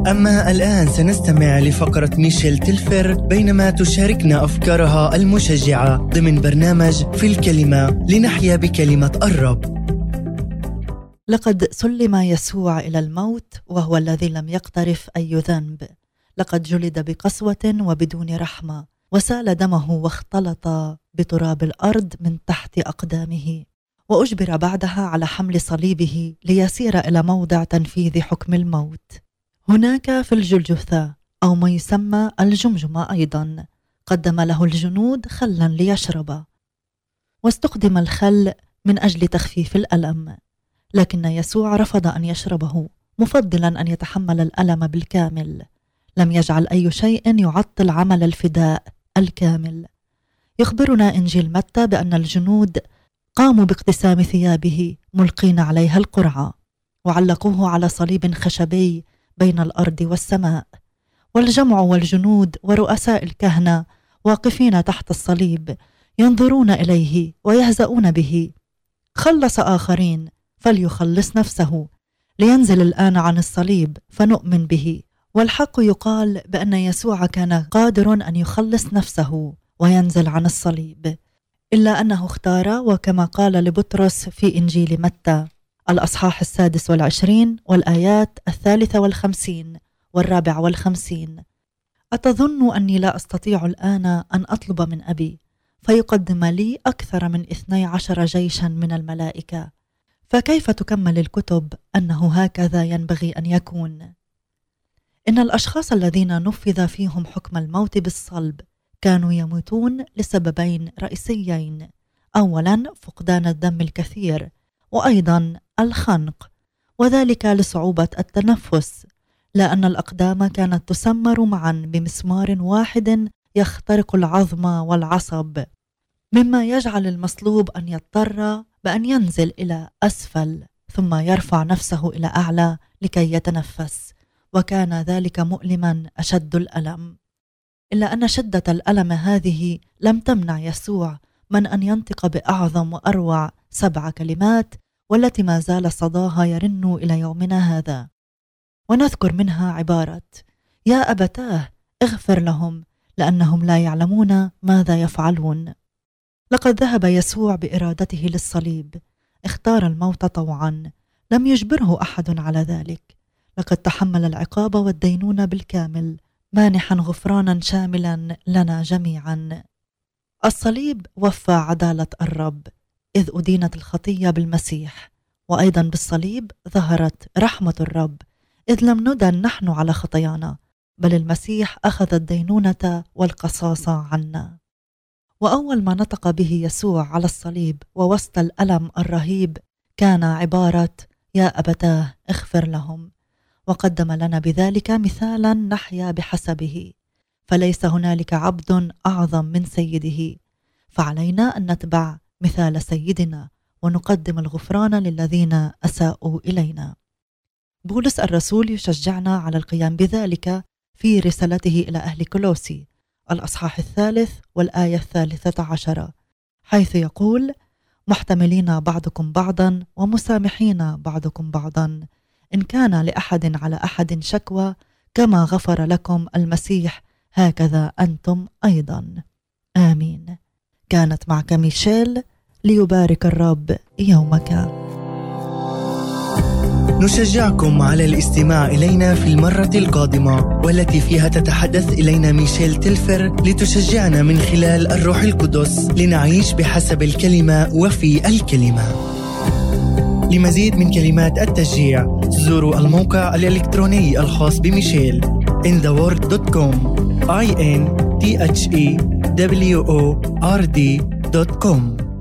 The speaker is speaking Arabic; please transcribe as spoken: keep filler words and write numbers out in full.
أما الآن سنستمع لفقرة ميشيل تلفر بينما تشاركنا أفكارها المشجعة ضمن برنامج في الكلمة لنحيا بكلمة الرب. لقد سلم يسوع إلى الموت وهو الذي لم يقترف أي ذنب. لقد جلد بقسوة وبدون رحمة، وسال دمه واختلط بتراب الأرض من تحت أقدامه، وأجبر بعدها على حمل صليبه ليسير إلى موضع تنفيذ حكم الموت. هناك في الجلجثة أو ما يسمى الجمجمة أيضا قدم له الجنود خلا ليشرب، واستخدم الخل من أجل تخفيف الألم، لكن يسوع رفض أن يشربه، مفضلا أن يتحمل الألم بالكامل. لم يجعل أي شيء يعطل عمل الفداء الكامل. يخبرنا إنجيل متى بأن الجنود قاموا باقتسام ثيابه ملقين عليها القرعة، وعلقوه على صليب خشبي بين الأرض والسماء، والجمع والجنود ورؤساء الكهنة واقفين تحت الصليب ينظرون إليه ويهزؤون به. خلص آخرين فليخلص نفسه، لينزل الآن عن الصليب فنؤمن به. والحق يقال بأن يسوع كان قادر أن يخلص نفسه وينزل عن الصليب، إلا أنه اختار، وكما قال لبطرس في إنجيل متى الأصحاح السادس والعشرين والآيات الثالثة والخمسين والرابع والخمسين: أتظن أني لا أستطيع الآن أن أطلب من أبي فيقدم لي أكثر من اثني عشر جيشا من الملائكة؟ فكيف تكمل الكتب أنه هكذا ينبغي أن يكون؟ إن الأشخاص الذين نفذ فيهم حكم الموت بالصلب كانوا يموتون لسببين رئيسيين: أولا فقدان الدم الكثير، وأيضا الخنق، وذلك لصعوبة التنفس، لأن الأقدام كانت تسمر معا بمسمار واحد يخترق العظم والعصب، مما يجعل المصلوب أن يضطر بأن ينزل إلى أسفل ثم يرفع نفسه إلى أعلى لكي يتنفس، وكان ذلك مؤلما أشد الألم. إلا أن شدة الألم هذه لم تمنع يسوع من أن ينطق بأعظم وأروع سبع كلمات، والتي ما زال صداها يرن إلى يومنا هذا، ونذكر منها عبارة: يا أبتاه اغفر لهم لأنهم لا يعلمون ماذا يفعلون. لقد ذهب يسوع بإرادته للصليب، اختار الموت طوعا، لم يجبره أحد على ذلك. لقد تحمل العقاب والدينونة بالكامل، مانحا غفرانا شاملا لنا جميعا. الصليب وفى عدالة الرب، إذ أدينت الخطية بالمسيح، وأيضا بالصليب ظهرت رحمة الرب، إذ لم ندن نحن على خطايانا، بل المسيح أخذ الدينونة والقصاصة عنا. وأول ما نطق به يسوع على الصليب ووسط الألم الرهيب كان عبارة: يا أبتاه اغفر لهم، وقدم لنا بذلك مثالا نحيا بحسبه، فليس هنالك عبد أعظم من سيده، فعلينا أن نتبع مثال سيدنا ونقدم الغفران للذين أساءوا إلينا. بولس الرسول يشجعنا على القيام بذلك في رسالته إلى أهل كولوسي الأصحاح الثالث والآية الثالثة عشرة، حيث يقول: محتملين بعضكم بعضا ومسامحين بعضكم بعضا، إن كان لأحد على أحد شكوى، كما غفر لكم المسيح هكذا أنتم أيضا. آمين. كانت معك ميشيل، ليبارك الرب يومك. نشجعكم على الاستماع إلينا في المرة القادمة، والتي فيها تتحدث إلينا ميشيل تلفر لتشجعنا من خلال الروح القدس لنعيش بحسب الكلمة وفي الكلمة. لمزيد من كلمات التشجيع زوروا الموقع الإلكتروني الخاص بميشيل in the word dot com I N T H E W O R D dot com.